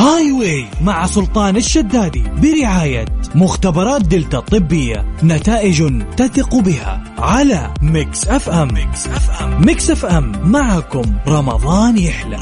هاي واي مع سلطان الشدادي برعاية مختبرات دلتا الطبية، نتائج تثق بها على ميكس اف ام. ميكس اف ام معكم رمضان يحلى.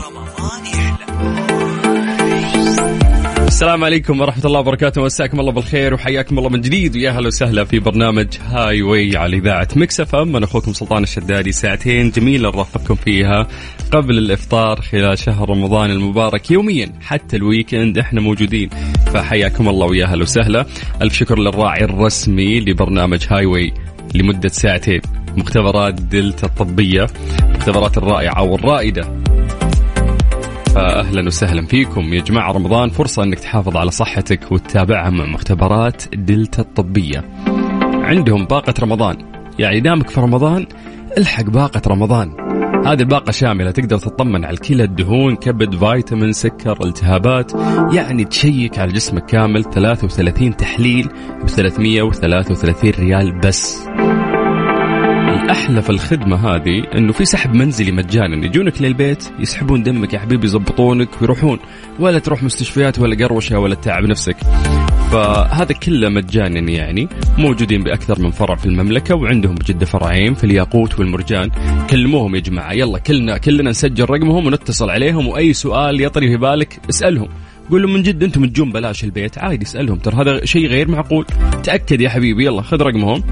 السلام عليكم ورحمة الله وبركاته، مساكم الله بالخير وحياكم الله من جديد ويا هلا وسهلا في برنامج هاي واي على إذاعة ميكس اف ام. أنا أخوكم سلطان الشدادي، ساعتين جميلة نرافقكم فيها قبل الإفطار خلال شهر رمضان المبارك يوميا حتى الويكند احنا موجودين، فحياكم الله ويا هلا وسهلا. ألف شكر للراعي الرسمي لبرنامج هاي واي لمدة ساعتين، مختبرات دلتا الطبية، مختبرات الرائعة والرائدة. فأهلا وسهلا فيكم يا جماعة. رمضان فرصة أنك تحافظ على صحتك وتتابعها مع مختبرات دلتا الطبية. عندهم باقة رمضان، يعني دامك في رمضان الحق باقة رمضان. هذه الباقة شاملة، تقدر تطمن على الكلى، الدهون، كبد، فيتامين، سكر، التهابات، يعني تشيك على جسمك كامل. 33 تحليل ب333 ريال بس. الأحلى في الخدمة هذه أنه في سحب منزلي مجانا، يجونك للبيت يسحبون دمك يا حبيبي، يضبطونك ويروحون، ولا تروح مستشفيات ولا قروشة ولا تعب نفسك. فهذا كله مجانا، يعني موجودين بأكثر من فرع في المملكة، وعندهم بجدة فرعين في الياقوت والمرجان. كلموهم يا جماعة، يلا كلنا نسجل رقمهم ونتصل عليهم، وأي سؤال يطري في بالك اسألهم. قول لهم من جد أنتم تجون بلاش البيت عادي، اسألهم، ترى هذا شيء غير معقول. تأكد يا حبيبي، يلا خذ رقمهم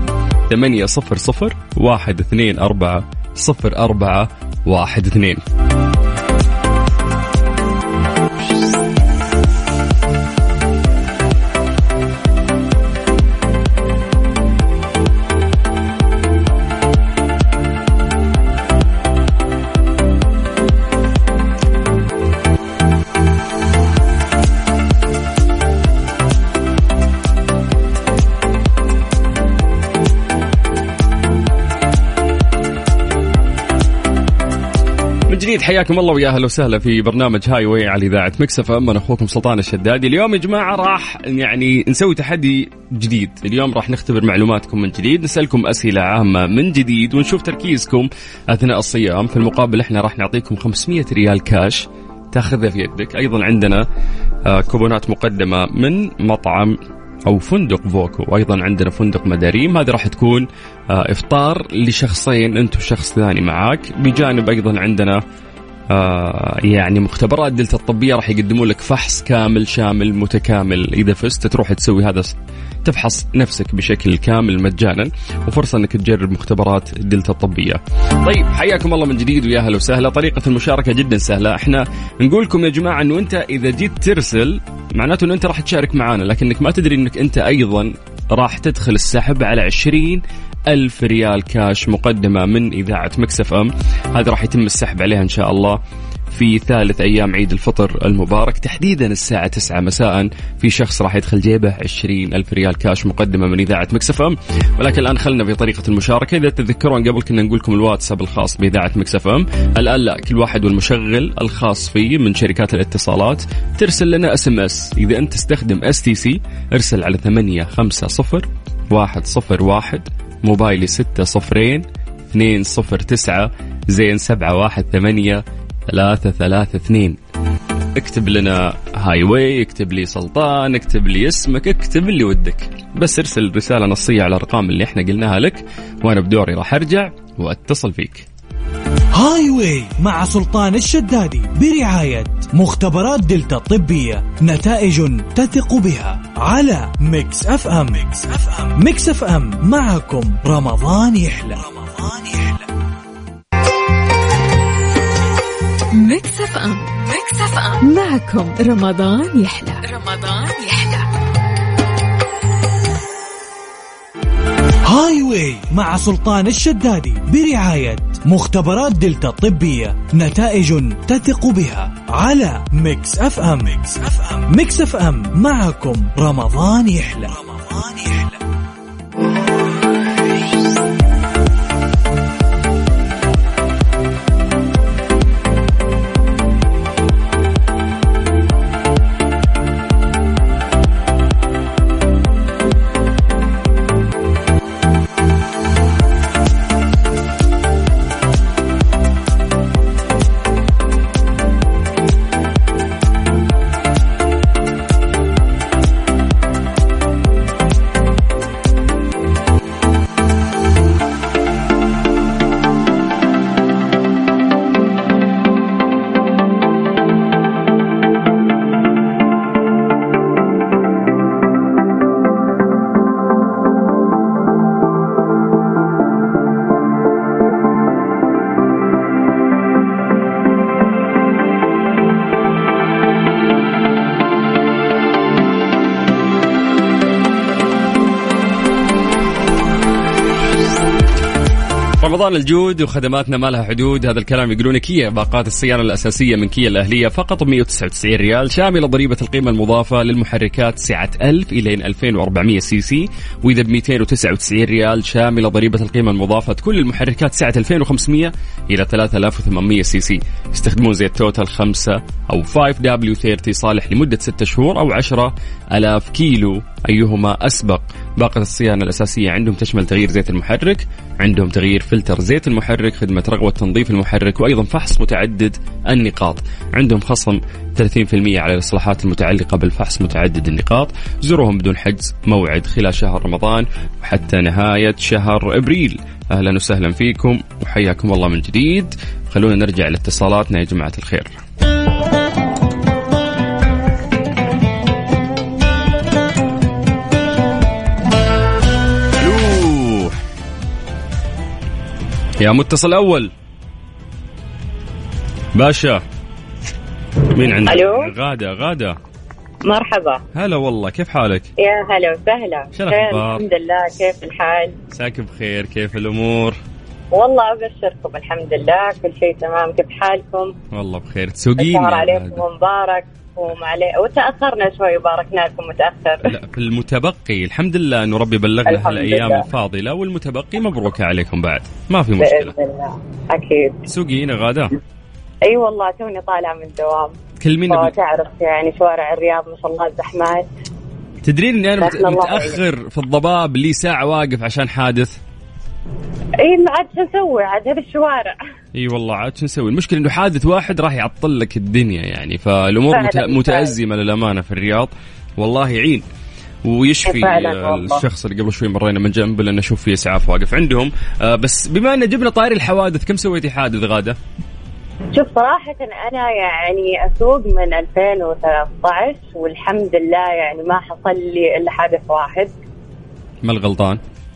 800-124-0412. جديد حياكم الله ويا اهلا وسهلا في برنامج هاي واي على اذاعه ميكس اف ام. انا اخوكم سلطان الشدادي. اليوم يا جماعه راح يعني نسوي تحدي جديد. اليوم راح نختبر معلوماتكم من جديد، نسالكم اسئله عامه من جديد، ونشوف تركيزكم اثناء الصيام. في المقابل احنا راح نعطيكم 500 ريال كاش تاخذها في يدك. ايضا عندنا كوبونات مقدمه من مطعم أو فندق فوكو، وأيضا عندنا فندق مداريم. هذا راح تكون إفطار لشخصين، أنت وشخص ثاني معاك. بجانب أيضا عندنا يعني مختبرات دلتا الطبية، راح يقدموا لك فحص كامل شامل متكامل. إذا فزت تروح تسوي هذا، تفحص نفسك بشكل كامل مجانا، وفرصة أنك تجرب مختبرات دلتا الطبية. طيب حياكم الله من جديد ويا هلا وسهلا. طريقة المشاركة جدا سهلة. احنا نقول لكم يا جماعة أنه أنت إذا جيت ترسل معناته أنه أنت راح تشارك معانا، لكنك ما تدري أنك أنت أيضا راح تدخل السحب على 20,000 ريال كاش مقدمة من إذاعة ميكس اف ام. هذا راح يتم السحب عليها إن شاء الله في ثالث أيام عيد الفطر المبارك، تحديدا الساعة 9 مساء. في شخص راح يدخل جيبه 20,000 ريال كاش مقدمة من إذاعة ميكس اف ام. ولكن الآن خلنا في طريقة المشاركة. إذا تذكرون قبل كنا نقول لكم الواتساب الخاص بإذاعة ميكس اف ام، الآن لا، كل واحد والمشغل الخاص فيه من شركات الاتصالات. ترسل لنا SMS. إذا أنت تستخدم STC ارسل على 850-101، موبايلي 60-209-718-332. اكتب لنا هاي واي، اكتب لي سلطان، اكتب لي اسمك، اكتب اللي ودك، بس ارسل رسالة نصية على الأرقام اللي احنا قلناها لك، وانا بدوري راح ارجع واتصل فيك. هاي واي مع سلطان الشدادي برعاية مختبرات دلتا الطبية، نتائج تثق بها على ميكس اف ام. ميكس اف ام معكم رمضان يحلى. ميكس اف ام معكم رمضان يحلى. هاي واي مع سلطان الشدادي برعاية مختبرات دلتا الطبية، نتائج تثق بها على ميكس اف ام. ميكس اف ام معكم رمضان يحلى. رمضان الجود وخدماتنا ما لها حدود، هذا الكلام يقولون كيا. باقات الصيانة الأساسية من كيا الأهلية فقط 199 ريال، شاملة ضريبة القيمة المضافة للمحركات سعة 1000 إلى 2400 سي سي، وإذا ب 299 ريال شاملة ضريبة القيمة المضافة كل المحركات سعة 2500 إلى 3800 سي سي. يستخدمون زيت توتال 5 أو 5W30 صالح لمدة 6 شهور أو 10,000 كيلو، أيهما أسبق. باقة الصيانة الأساسية عندهم تشمل تغيير زيت المحرك، عندهم تغيير فلتر زيت المحرك، خدمة رغوة تنظيف المحرك، وأيضا فحص متعدد النقاط. عندهم خصم 30% على الإصلاحات المتعلقة بالفحص متعدد النقاط. زوروهم بدون حجز موعد خلال شهر رمضان وحتى نهاية شهر أبريل. أهلا وسهلا فيكم وحياكم الله من جديد. خلونا نرجع لاتصالاتنا يا جماعة الخير. يا متصل أول باشا، مين عندك؟ ألو. غادة. مرحبا. هلا والله، كيف حالك؟ يا هلا وسهلا. شو الأخبار؟ الحمد لله، كيف الحال؟ ساك بخير، كيف الأمور؟ والله أبشركم الحمد لله كل شيء تمام، كيف حالكم؟ والله بخير. تسوقين؟ الشهر عليكم مبارك وتأخرنا شوي، باركنا لكم متأخر. لا، في المتبقي الحمد لله إنه ربي بلغنا هالأيام الفاضلة، والمتبقي مبروك عليكم بعد، ما في مشكلة بإذن الله. أكيد. تسوقين غادة؟ أي والله توني طالعة من الدوام. كلمينا. تعرف يعني شوارع الرياض ما شاء الله زحمات. تدرين إني أنا متأخر في الضباب لي ساعة واقف عشان حادث. اي ما عاد شو نسوي، عاد هذه الشوارع. اي والله عاد شو نسوي، المشكله انه حادث واحد راح يعطل لك الدنيا يعني، فالامور متأزمه للامانه في الرياض. والله يعين ويشفي الشخص اللي قبل شوي مرينا من جنبه، لان اشوف فيه اسعاف واقف عندهم. بس بما ان جبنا طاري الحوادث، كم سويتي حادث غادة؟ شوف صراحة أنا يعني أسوق من 2013 والحمد لله يعني ما حصل لي إلا حادث واحد. ما الغلطان؟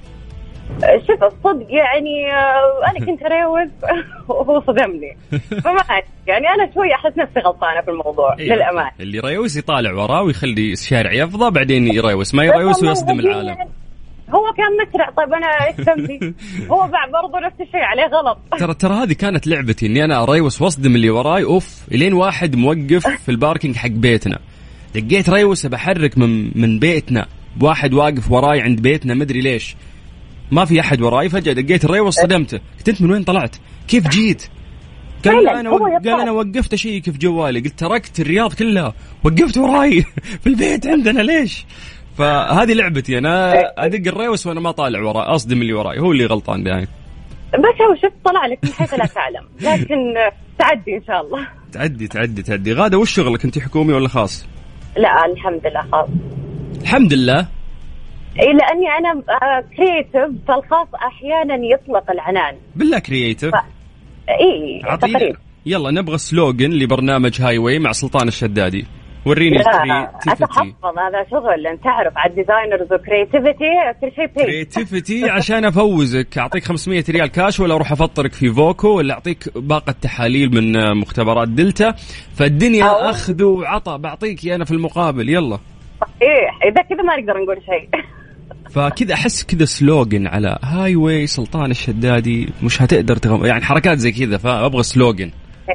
شوف الصدق يعني أنا كنت أروز وهو صدمني، فما يعني أنا شوي أحس نفسي غلطانة في الموضوع. إيه، للأمان اللي يريوس يطالع وراه ويخلي الشارع يفضى، بعدين يريوس، ما يريوس ويصدم العالم. يعني هو كان مسرع، طيب أنا إيش ذنبي؟ هو برضه نفس الشيء عليه غلط. ترى هذه كانت لعبتي، إني أنا أريوس واصدم اللي وراي. أوف، إلين واحد موقف في الباركينج حق بيتنا، دقيت ريوس بحرك من بيتنا، واحد واقف وراي عند بيتنا مدري ليش، ما في أحد وراي، فجأة دقيت الريوس صدمته. قلت من وين طلعت؟ كيف جيت؟ قال أنا وقفت أشيك في جوالي. قلت تركت الرياض كلها وقفت وراي في البيت عندنا ليش؟ فهذه لعبتي، أنا أدق الريوس وأنا ما طالع وراي، أصدم اللي وراي، هو اللي غلطان دايم. بس هو شفت طلع لك من حيث لا تعلم، لكن تعدي إن شاء الله. تعدي. غادة وش شغلك، أنت حكومي ولا خاص؟ لا الحمد لله خاص. الحمد لله. إيه لأني أنا كرييتيف، فالخاص أحيانا يطلق العنان. بالله كرييتيف؟ إيه تقريبا. يلا نبغى سلوغن لبرنامج هاي واي مع سلطان الشدادي، وريني أتحفظ، هذا شغل أنت تعرف على الديزاينرز وكرياتيفيتي كل شيء كرياتيفيتي عشان أفوزك أعطيك 500 ريال كاش، ولا أروح أفطرك في فوكو، ولا أعطيك باقة تحاليل من مختبرات دلتا، فالدنيا أخذ وعطى، بعطيك أنا في المقابل. يلا إيه إذا كذا ما نقدر نقول شيء. فكذا أحس كذا سلوغن على هاي واي سلطان الشدادي، مش هتقدر يعني حركات زي كذا، فأبغى سلوغن.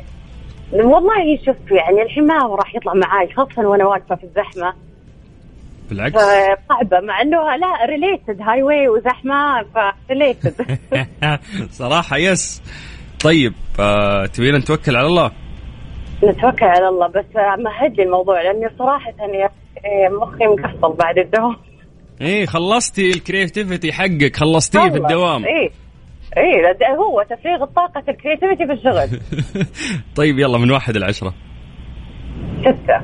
والله شوف يعني الحين ما هو راح يطلع معاي، خاصة وأنا واقفة في الزحمة. بالعكس صعبة، مع إنه لا ريليتد هاي واي وزحمة، فريليتد. صراحة يس. طيب تبينا نتوكل على الله؟ نتوكل على الله، بس مهد لي الموضوع لأني صراحة مخي مقفل بعد الدوام. إيه خلصتي الكرياتيفيتي حقك، خلصتيه في الدوام. إيه هو تفريغ الطاقة الكرياتيفيتي في الشغل. طيب يلا من 1 إلى 10. 6.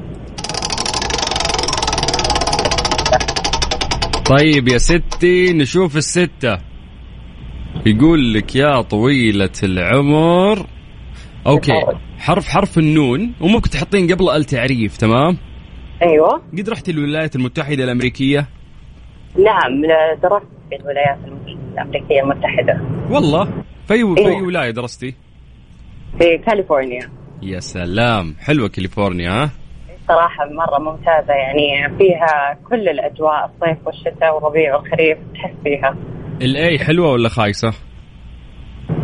طيب يا ستي نشوف 6. يقول لك يا طويلة العمر، أوكي حرف النون، وممكن تحطين قبل التعريف. تمام. أيوة. قد رحت الولايات المتحدة الأمريكية؟ نعم درست في الولايات الأمريكية المتحدة. والله في ولاية درستي؟ في كاليفورنيا. يا سلام، حلوة كاليفورنيا. ها صراحة مرة ممتازة، يعني فيها كل الأجواء، الصيف والشتاء والربيع والخريف، تحس فيها. الأي حلوة ولا خايسة؟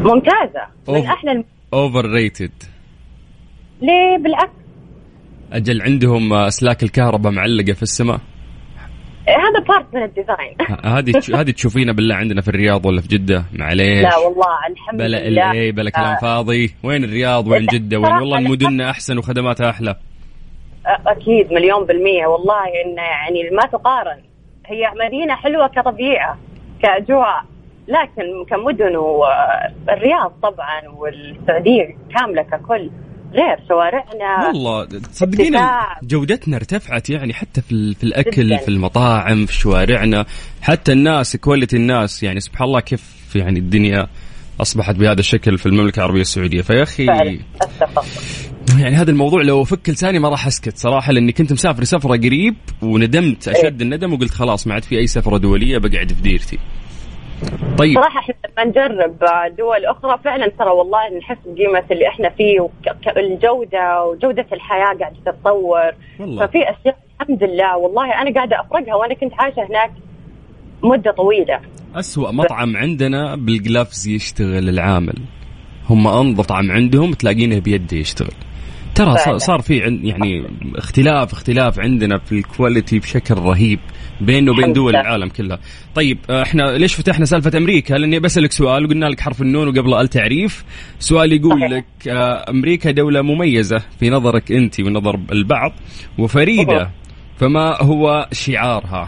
ممتازة من أحلى. اوفر ريتد. ليه؟ بالعكس. أجل عندهم أسلاك الكهرباء معلقة في السماء. هذا بارت من الديزاين. هذه تشوفينها بالله عندنا في الرياض ولا في جدة؟ معليش. لا والله الحمد لله. بلا كلام فاضي. وين الرياض وين جدة وين؟ والله المدن أحسن وخدماتها أحلى. أكيد 100%. والله إن يعني ما تقارن. هي مدينة حلوة كطبيعة كأجواء، لكن كمدن والرياض طبعا والسعودية كاملة ككل غير. شوارعنا والله تصدقين جودتنا ارتفعت يعني، حتى في الأكل جداً. في المطاعم في شوارعنا، حتى الناس كواليتي الناس يعني سبحان الله كيف يعني الدنيا أصبحت بهذا الشكل في المملكة العربية السعودية. فيا أخي يعني هذا الموضوع لو فك لساني ما راح أسكت صراحة، لأني كنت مسافر سفرة قريب وندمت أشد الندم وقلت خلاص ما عاد في أي سفرة دولية بقعد في ديرتي. طيب صراحة احنا لما نجرب دول أخرى فعلا ترى والله نحس بقيمة اللي احنا فيه، والجودة وجودة الحياة قاعدة تتطور. ففي أشياء الحمد لله والله أنا قاعدة أفرقها وأنا كنت عايشة هناك مدة طويلة. أسوأ مطعم عندنا بالجلافز يشتغل العامل، هم أنظف طعم عندهم تلاقينه بيده يشتغل. ترى صار في يعني اختلاف عندنا في الكواليتي بشكل رهيب بينه وبين دول العالم كلها. طيب احنا ليش فتحنا سالفة أمريكا؟ لأني بسألك سؤال وقلنا لك حرف النون وقبل التعريف. سؤال يقول لك أمريكا دولة مميزة في نظرك أنت ونظر البعض وفريدة، فما هو شعارها؟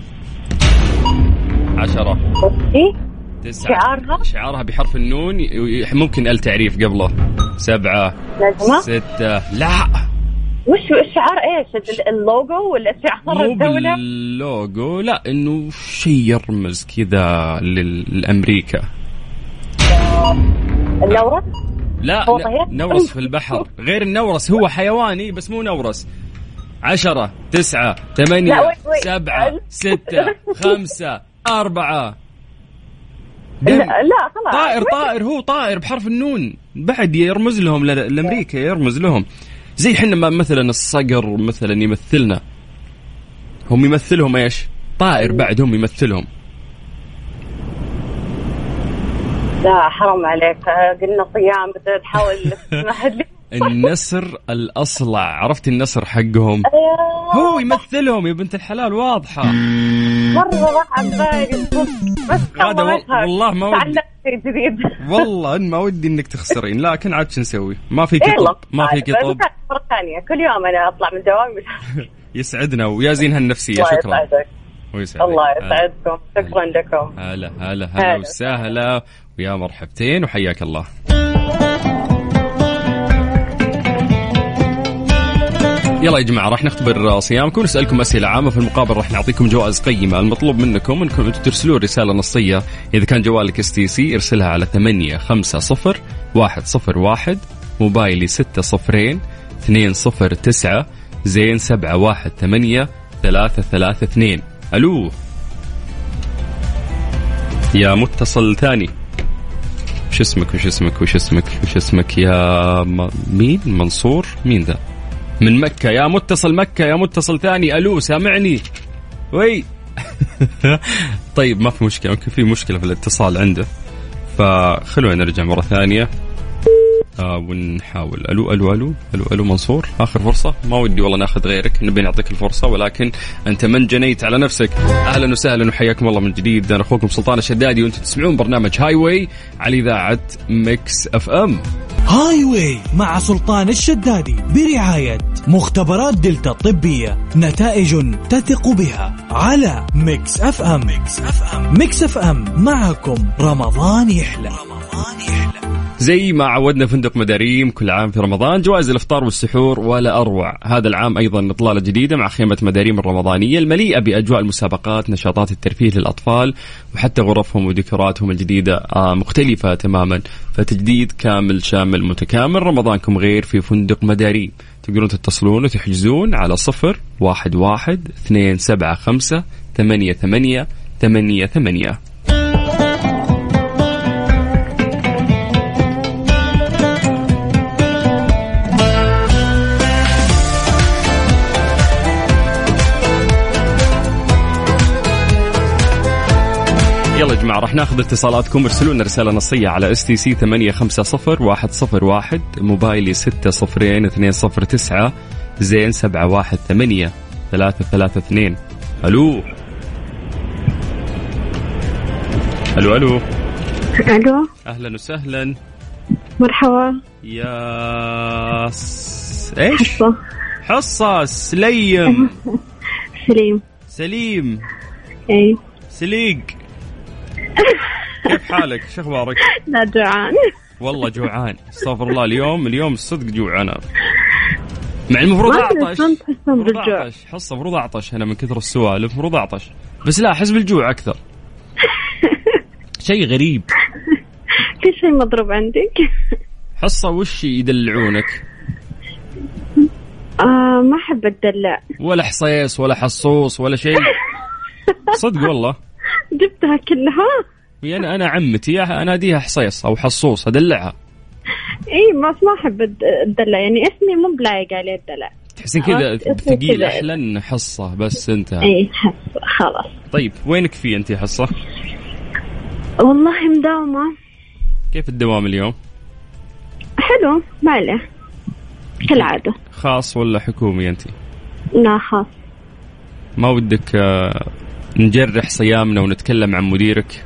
10 شعارها بحرف النون، ممكن التعريف قبله. 7 6 لا وش الشعار؟ ايش اللوجو ولا شعار الدولة؟ اللوجو لا، انه شيء يرمز كذا للأمريكا. النورس؟ لا نورس في البحر غير النورس، هو حيواني بس مو نورس. 10 9 8 7 6 5 4 لا خلاص. طائر هو طائر بحرف النون بعد يرمز لهم لأمريكا، يرمز لهم زي حنا مثلا الصقر مثلا يمثلنا، هم يمثلهم ايش؟ طائر بعد هم يمثلهم. لا حرام عليك، قلنا صيام بتحاول النسر الأصلع، عرفتي النسر حقهم؟ هو يمثلهم يا بنت الحلال، واضحة مرة راح عبالي بس هذا والله ما ودي جديد والله إن ما ودي إنك تخسرين، لكن عاد شو نسوي؟ ما فيك طب ما فيك طب. مرة ثانية كل يوم أنا أطلع من دوامي. يسعدنا ويا زينها النفسية. شكرا. الله يسعدكم. شكرا لكم. هلا وسهلا ويا مرحبتين وحياك الله. يلا يا جماعة راح نختبر صيامكم ونسألكم أسئلة عامة، في المقابل راح نعطيكم جوائز قيمة. المطلوب منكم أنكم أنتم ترسلوا رسالة نصية، إذا كان جوالك STC ارسلها على 850101، موبايلي 60209 زين 718-332. ألو يا متصل ثاني، وش اسمك يا مين؟ منصور؟ مين ذا؟ من مكة يا متصل، مكة يا متصل ثاني. ألو سامعني؟ وي طيب ما في مشكلة، ممكن في مشكلة في الاتصال عنده، فخلونا نرجع مرة ثانية ونحاول. ألو منصور، آخر فرصة، ما ودي والله ناخذ غيرك، نبي نعطيك الفرصة ولكن أنت من جنيت على نفسك. أهلا وسهلا وحياكم الله من جديد، أنا أخوكم سلطان الشدادي وأنتم تسمعون برنامج هاي واي على إذاعة ميكس اف ام. هاي واي مع سلطان الشدادي برعاية مختبرات دلتا الطبية، نتائج تثق بها على ميكس اف ام. ميكس اف ام معكم رمضان يحلى. زي ما عودنا فندق مداريم كل عام في رمضان، جوائز الإفطار والسحور ولا أروع. هذا العام أيضا إطلالة جديدة مع خيمة مداريم الرمضانية المليئة بأجواء المسابقات، نشاطات الترفيه للأطفال، وحتى غرفهم وديكوراتهم الجديدة مختلفة تماما. فتجديد كامل شامل متكامل. رمضانكم غير في فندق مداريم. تقدرون تتصلون وتحجزون على 011-275-8888. يلا يا جماعة راح ناخذ اتصالاتكم. ارسلوا لنا رسالة نصية على STC 850101. موبايلي 600209 زين 718-332. ألو ألو ألو ألو، أهلا وسهلا. مرحبا. يا إيش؟ حصة سليم. سليم. إيه سليق. كيف حالك؟ شو أخبارك؟ لا جوعان والله. جوعان استغفر الله. اليوم الصدق جوعان. مع المفروض أعطش. حصة المفروض أعطش أنا من كثر السوالف، المفروض أعطش بس لا أحس بالجوع أكثر. شيء غريب. في شيء مضروب عندك؟ حصة وش يدلعونك؟ ما أحب أتدلع. ولا حصيص ولا حصوص ولا شيء. صدق والله جبتها كلها. يعني أنا عمتي أناديها حصيص أو حصوص أدلعها. إيه ما أحب أتدلع، يعني اسمي مو بلايق عليه الدلع. تحسين كذا ثقيل أحلى حصة بس أنت. إيه حصة خلاص. طيب وينك في أنت حصة؟ والله مداومة. كيف الدوام اليوم؟ حلو ما عليه كالعادة. خاص ولا حكومي أنت؟ لا خاص. ما ودك نجرح صيامنا ونتكلم عن مديرك؟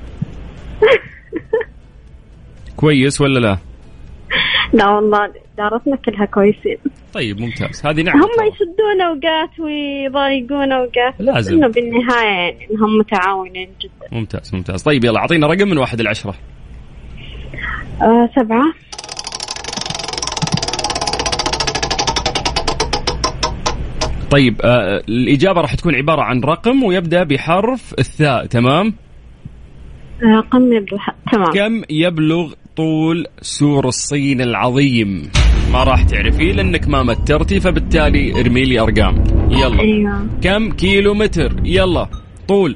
كويس ولا لا؟ لا والله دارتنا كلها كويسين. طيب ممتاز. هذه نعمة. هم يشدون أوقات ويضايقون أوقات، لازم إنه بالنهاية يعني إنهم متعاونين جدا. ممتاز. طيب يلا أعطينا رقم من 1 إلى 10. 7. طيب الإجابة راح تكون عبارة عن رقم ويبدأ بحرف الثاء. تمام؟ رقم يبدأ تمام. كم يبلغ طول سور الصين العظيم؟ ما راح تعرفيه لأنك ما مترتي، فبالتالي ارمي لي أرقام. يلا. أيوة. كم كيلومتر؟ يلا طول.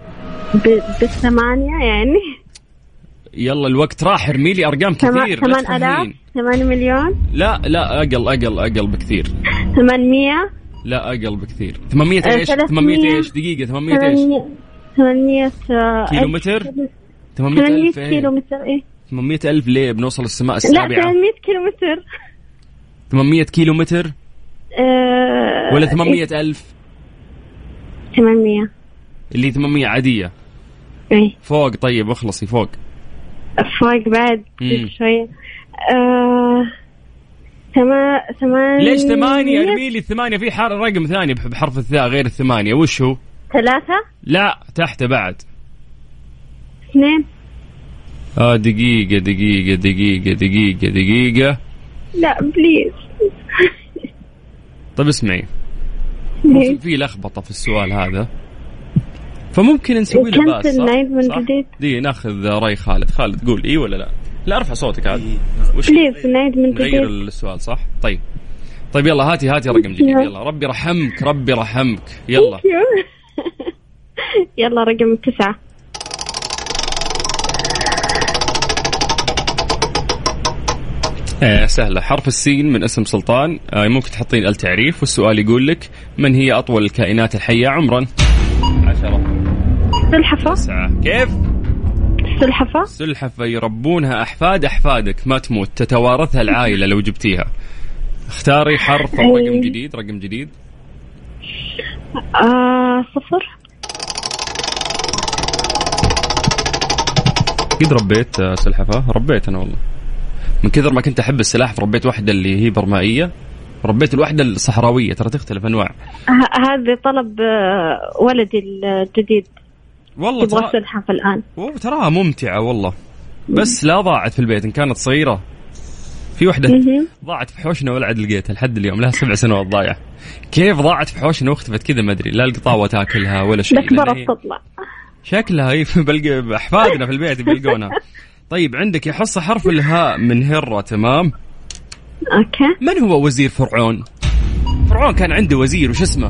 8 يعني. يلا الوقت راح. ارمي لي أرقام كثير. 8000. 8 مليون. لا أقل بكثير. 800. لا أقل بكثير. 800 إيش؟ 800 إيش؟ دقيقة. 800 إيش؟ 800 كيلومتر. 800 كيلومتر. إيه 800,000 ليه؟ بنوصل السماء السابعة. لا 800 كيلومتر. 800 كيلومتر ولا 800,000؟ 800 اللي 800 عادية. إيه فوق. طيب اخلصي فوق بعد شوية. 8. ليش 8؟ ارمي لي 8 في رقم ثاني بحرف الثاء غير 8. وش هو؟ 3. لا تحت بعد. 2. دقيقة. لا بليز. طيب اسمعي، في لخبطة في السؤال هذا، فممكن نسوي له باس. صح؟ دي ناخذ رأي خالد. قول إيه ولا لا؟ لا ارفع صوتك عاد. بليز نعيد من جديد. نغير السؤال صح؟ طيب يلا هاتي رقم جديد. يلا ربي رحمك. يلا. يلا رقم 9. سهلة. حرف السين من اسم سلطان. ممكن تحطين التعريف، والسؤال يقول لك من هي أطول الكائنات الحية عمرا؟ 10. سلحفة. 9. كيف؟ سلحفة يربونها أحفادك ما تموت، تتوارثها العائلة لو جبتيها. اختاري حرف أو رقم جديد. 0. قد ربيت سلحفة؟ ربيت أنا والله، من كثر ما كنت أحب السلاحف ربيت واحدة اللي هي برمائية، ربيت الواحدة الصحراوية، ترى تختلف أنواع. هذا طلب ولدي الجديد والله. تبغى سلحفة الآن. تراها ممتعة والله، بس لا ضاعت في البيت. إن كانت صغيرة في واحدة ضاعت في حوشنا ولا عاد لقيتها لحد اليوم، لها 7 سنوات ضايعة. كيف ضاعت في حوشنا واختفت كذا ما أدري، لا القطاوة تاكلها ولا شيء. بكبرت تطلع شكلها هي بلقى أحفادنا في البيت بيلقونها. طيب عندك يحص حرف الهاء من هرة. تمام. أوكي. من هو وزير فرعون؟ كان عنده وزير وش اسمه؟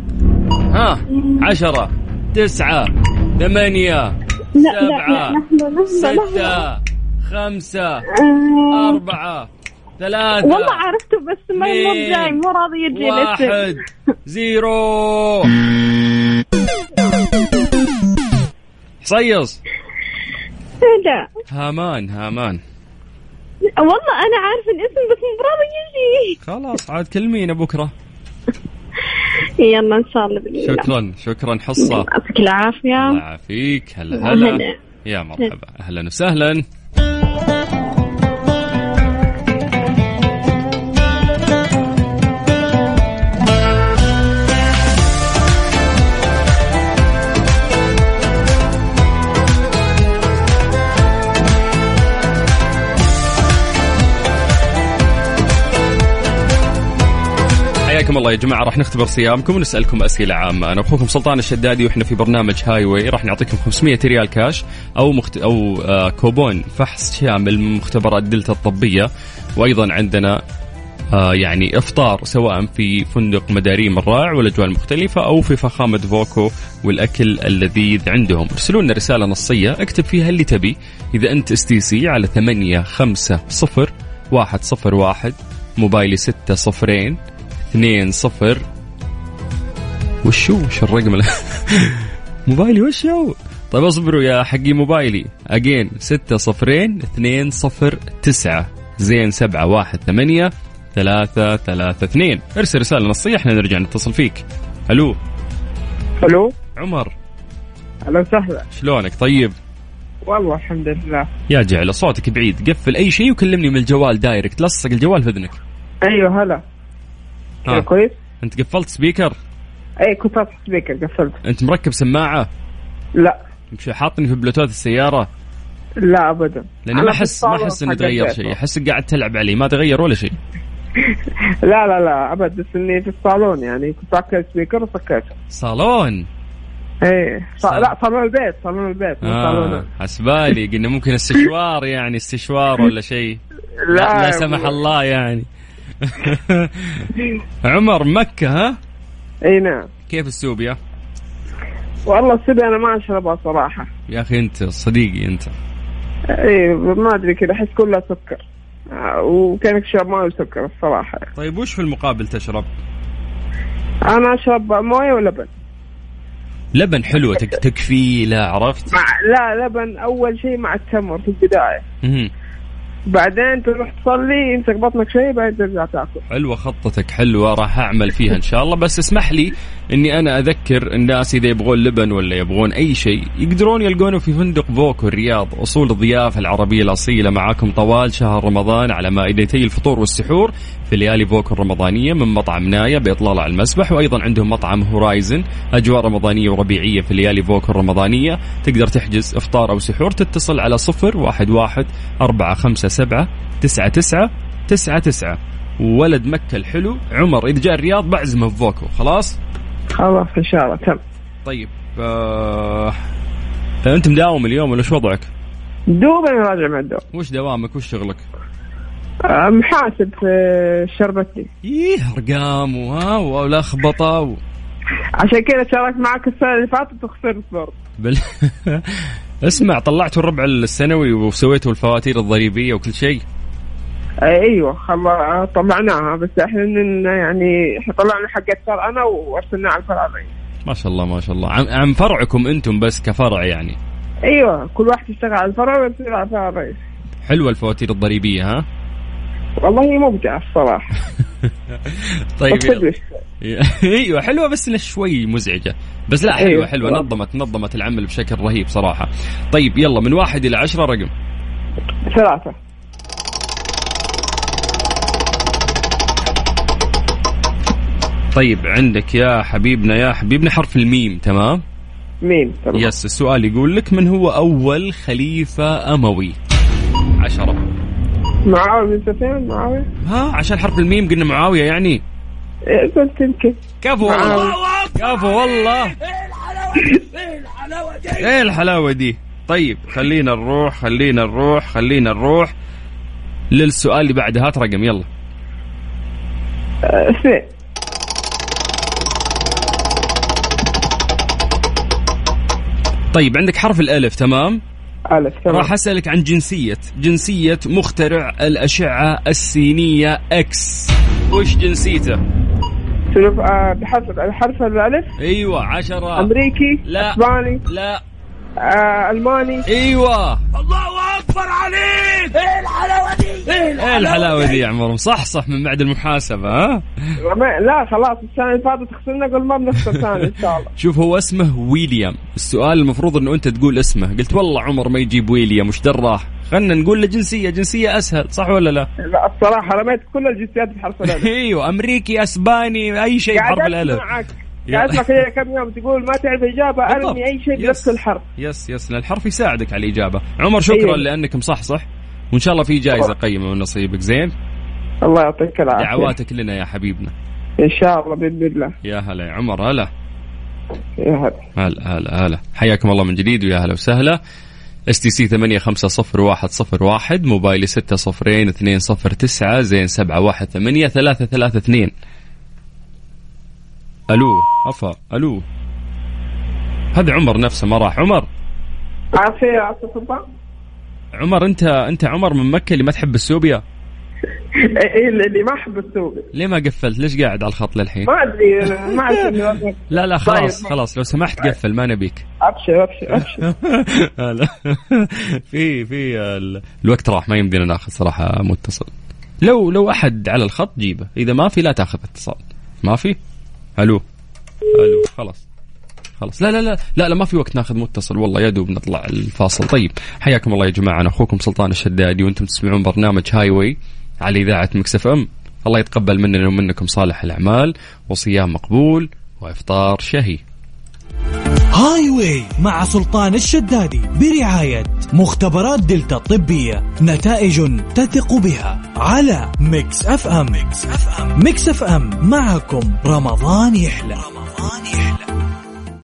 10 9 8 7 6 5 4 3 والله عرفته بس ما جاي، مو راضي يجي 1 0. حصيص لا هامان. والله أنا عارف الاسم بس مو راضي يجي. خلاص عاد كلمينا بكرة. يلا إن شاء الله بإذن الله. شكرا حصة. يعطيك العافية. الله يعافيك. هلا يا مرحبا. أهلا وسهلا. حياكم الله يا جماعة. راح نختبر صيامكم ونسألكم أسئلة عامة. أنا أخوكم سلطان الشدادي وإحنا في برنامج هاي واي. راح نعطيكم 500 ريال كاش أو كوبون فحص شامل من مختبرات دلتا الطبية، وأيضا عندنا يعني إفطار سواء في فندق مداريم الرائع والأجواء المختلفة أو في فخامة فوكو والأكل اللذيذ عندهم. ارسلوا لنا رسالة نصية اكتب فيها اللي تبي. إذا أنت استيسي على 850101 موبايلي 60 20 وشو الرقم موبايلي وشو. طيب اصبروا يا حقي موبايلي اجين 602009 زين 718332. ارسل رسالة نصية احنا نرجع نتصل فيك. الو عمر. اهلا وسهلا. شلونك؟ طيب والله الحمد لله. يا جعل صوتك بعيد. قفل اي شيء وكلمني من الجوال دايركت. لصق الجوال في اذنك. ايوه هلا. كويس. انت قفلت سبيكر؟ اي كنت فاتح سبيكر قفلت. انت مركب سماعة؟ لا. مش حاطني في بلوتوث السيارة؟ لا ابدا. لاني ما احس انه تغير شيء. احسك قاعد تلعب عليه. ما تغير ولا شيء. لا ابدا. بس اني في الصالون يعني كنت راكب سبيكر وسكته. صالون؟ ايه لا صالون البيت حسبالي قلنا ممكن استشوار يعني استشوار ولا شيء. لا سمح الله يعني. عمر مكة ها؟ اي نعم. كيف السوبيا؟ والله السوبيا انا ما اشربها صراحة يا اخي. انت صديقي انت. اي ما ادري كذا احس كلها سكر وكانك شرب ماء وسكر الصراحة. طيب وش في المقابل تشرب؟ انا اشرب مويه ولبن. لبن حلوة تكفي. لا عرفت. لا لبن اول شيء مع التمر في البداية. بعدين تروح تصلي يمسك بطنك شيء بعدين ترجع تاكل. حلوة خطتك حلوة. راح أعمل فيها إن شاء الله. بس اسمح لي إني أنا أذكر الناس إذا يبغون لبن ولا يبغون أي شيء يقدرون يلقونه في فندق فوكو الرياض. أصول الضيافة العربية الأصيلة معاكم طوال شهر رمضان على مائدتي الفطور والسحور في ليالي فوكو الرمضانية من مطعم نايا بإطلالة على المسبح. وأيضا عندهم مطعم هورايزن أجواء رمضانية وربيعية في ليالي فوكو الرمضانية. تقدر تحجز إفطار أو سحور. تتصل على 011-457-9999. ولد مكة الحلو عمر إذا جاء الرياض بعزمه في فوكو. خلاص إن شاء الله. تم. طيب أنت مداوم اليوم ولا شو وضعك؟ دوب أنا راجع من الدوام. وش دوامك وش شغلك؟ محاسب في شربتي. أرقام ولا خبطة عشان كذا شارك معك السنة اللي فاتت وخسرت برضه. اسمع طلعتوا الربع السنوي وسويتوا الفواتير الضريبية وكل شيء؟ ايوه طلعناها. بس احنا يعني طلعنا حقت فرع انا وارسلناها على الفرع الرئيسي. ما شاء الله عن فرعكم انتم بس كفرع يعني. ايوه كل واحد يشتغل على الفرع ويرسل على الفرع الرئيسي. حلوة الفواتير الضريبية ها؟ والله ممتعة الصراحة. طيب ايوه حلوة بس شوي مزعجة. بس لا حلوة حلوة. نظمت العمل بشكل رهيب صراحة. طيب يلا من 1 إلى 10 رقم. 3. طيب عندك يا حبيبنا حرف الميم. تمام ميم. تمام. يس. السؤال يقول لك من هو أول خليفة أموي؟ 10. معاوية بن سفيان. معاوية. عشان حرف الميم قلنا معاوية يعني. قلت يمكن. كفو والله. ايه الحلاوة دي. طيب خلينا نروح للسؤال اللي بعده. هات رقم يلا. 2. طيب عندك حرف الألف. تمام. ألف. تمام. راح أسألك عن جنسية مخترع الأشعة السينية إكس. وش جنسيته؟ بحرف الألف. أيوة 10. أمريكي. لا. إسباني. لا ألماني. ايوه الله اكبر عليك. ايه الحلاوه دي؟ ايه الحلاوه دي يا عمر؟ مصحصح من بعد المحاسبه ها؟ لا خلاص السنه اللي فاتت خسرنا، قل ما بنخسر ثاني ان شاء الله. شوف هو اسمه ويليام، السؤال المفروض انه انت تقول اسمه، قلت والله عمر ما يجيب ويليام وش دراح، خلنا نقول له جنسيه اسهل، صح ولا لا؟ لا الصراحه رميت كل الجنسيات بحرف الالف. ايوه امريكي اسباني اي شيء بحرف الالف. قاعد اسمع كذا كم يوم تقول ما تعرف اجابه ارمي اي شيء بنفس الحرف. يس الحرف يساعدك على الاجابه. عمر شكرا لانك مصحصح، وان شاء الله في جائزه قيمه من نصيبك. زين الله يعطيك العافيه. دعواتك لنا يا حبيبنا ان شاء الله باذن الله. يا هلا يا عمر. هلا يا هلا حياكم الله من جديد ويا هلا وسهلا. STC 850101 موبايلي 602209 زين 718 الو الو هذا عمر نفسه ما راح. عمر عافية عمر انت عمر من مكة اللي ما تحب السوبيا. ايه اللي ما احب السوبيا. ليه ما قفلت؟ ليش قاعد على الخط للحين؟ ما ادري ما اعرف. لا خلاص لو سمحت قفل ما نبيك. ابشر لا في الوقت راح ما يمدينا ناخذ صراحة متصل. لو احد على الخط جيبه، اذا ما في لا تاخذ اتصال. ما في الو خلاص لا ما في وقت ناخذ متصل والله، يا دوب نطلع الفاصل. طيب حياكم الله يا جماعه، انا اخوكم سلطان الشدادي وانتم تسمعون برنامج هاي واي على اذاعه مكس اف ام. الله يتقبل مننا ومنكم صالح الاعمال وصيام مقبول وافطار شهي. هاي واي مع سلطان الشدادي برعايه مختبرات دلتا الطبيه، نتائج تثق بها على مكس اف ام. مكس اف ام معكم رمضان يحلى.